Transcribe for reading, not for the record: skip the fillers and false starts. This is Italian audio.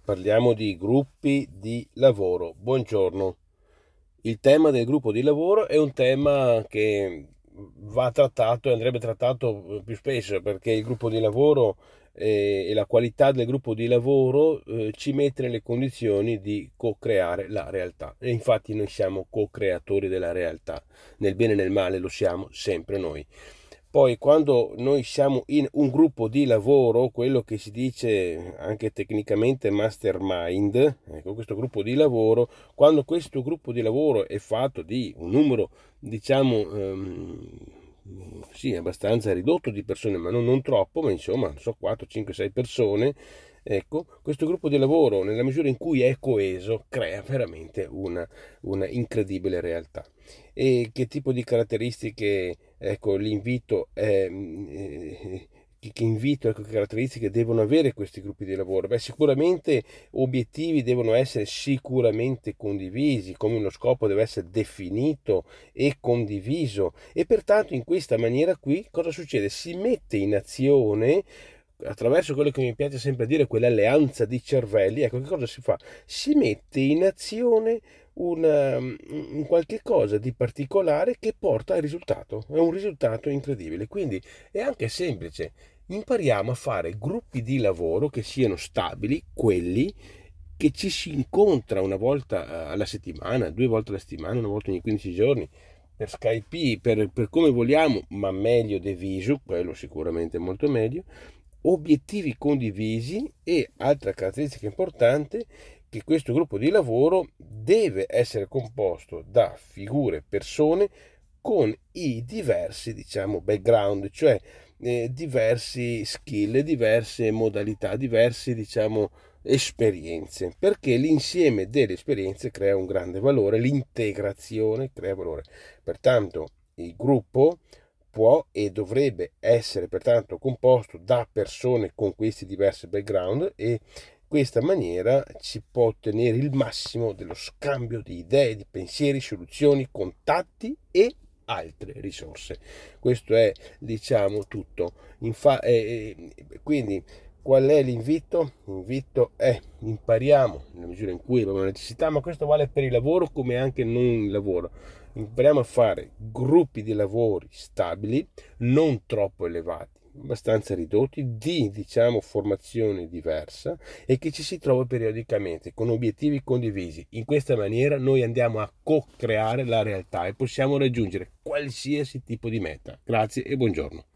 Parliamo di gruppi di lavoro. Buongiorno. Il tema del gruppo di lavoro è un tema che va trattato e andrebbe trattato più spesso, perché il gruppo di lavoro e la qualità del gruppo di lavoro ci mette nelle condizioni di co-creare la realtà. E infatti noi siamo co-creatori della realtà, nel bene e nel male lo siamo sempre noi. Poi quando noi siamo in un gruppo di lavoro, quello che si dice anche tecnicamente mastermind, ecco, questo gruppo di lavoro, quando questo gruppo di lavoro è fatto di un numero, diciamo, sì, abbastanza ridotto di persone, ma non troppo, ma insomma, non so, 4, 5, 6 persone, ecco, questo gruppo di lavoro, nella misura in cui è coeso, crea veramente una incredibile realtà. E che tipo di caratteristiche, ecco, l'invito è, che invito, ecco, che caratteristiche devono avere questi gruppi di lavoro? Beh, sicuramente obiettivi devono essere sicuramente condivisi, come uno scopo deve essere definito e condiviso, e pertanto in questa maniera qui cosa succede? Si mette in azione attraverso quello che mi piace sempre dire, quell'alleanza di cervelli. Ecco, che cosa si fa? Si mette in azione un qualche cosa di particolare che porta al risultato, è un risultato incredibile. Quindi è anche semplice, impariamo a fare gruppi di lavoro che siano stabili, quelli che ci si incontra una volta alla settimana, 2 volte alla settimana, una volta ogni 15 giorni, per Skype, per come vogliamo, ma meglio de visu, quello sicuramente molto meglio, obiettivi condivisi. E altra caratteristica importante, che questo gruppo di lavoro deve essere composto da figure, persone con i diversi, diciamo, background, cioè diversi skill, diverse modalità, diverse, diciamo, esperienze, perché l'insieme delle esperienze crea un grande valore, l'integrazione crea valore. Pertanto il gruppo può e dovrebbe essere pertanto composto da persone con questi diversi background, e questa maniera si può ottenere il massimo dello scambio di idee, di pensieri, soluzioni, contatti e altre risorse. Questo è, diciamo, tutto. Quindi qual è l'invito? L'invito è: impariamo nella misura in cui abbiamo necessità, ma questo vale per il lavoro come anche non il lavoro. Impariamo a fare gruppi di lavori stabili, non troppo elevati, abbastanza ridotti, di, diciamo, formazione diversa, e che ci si trova periodicamente con obiettivi condivisi. In questa maniera noi andiamo a co-creare la realtà e possiamo raggiungere qualsiasi tipo di meta. Grazie e buongiorno.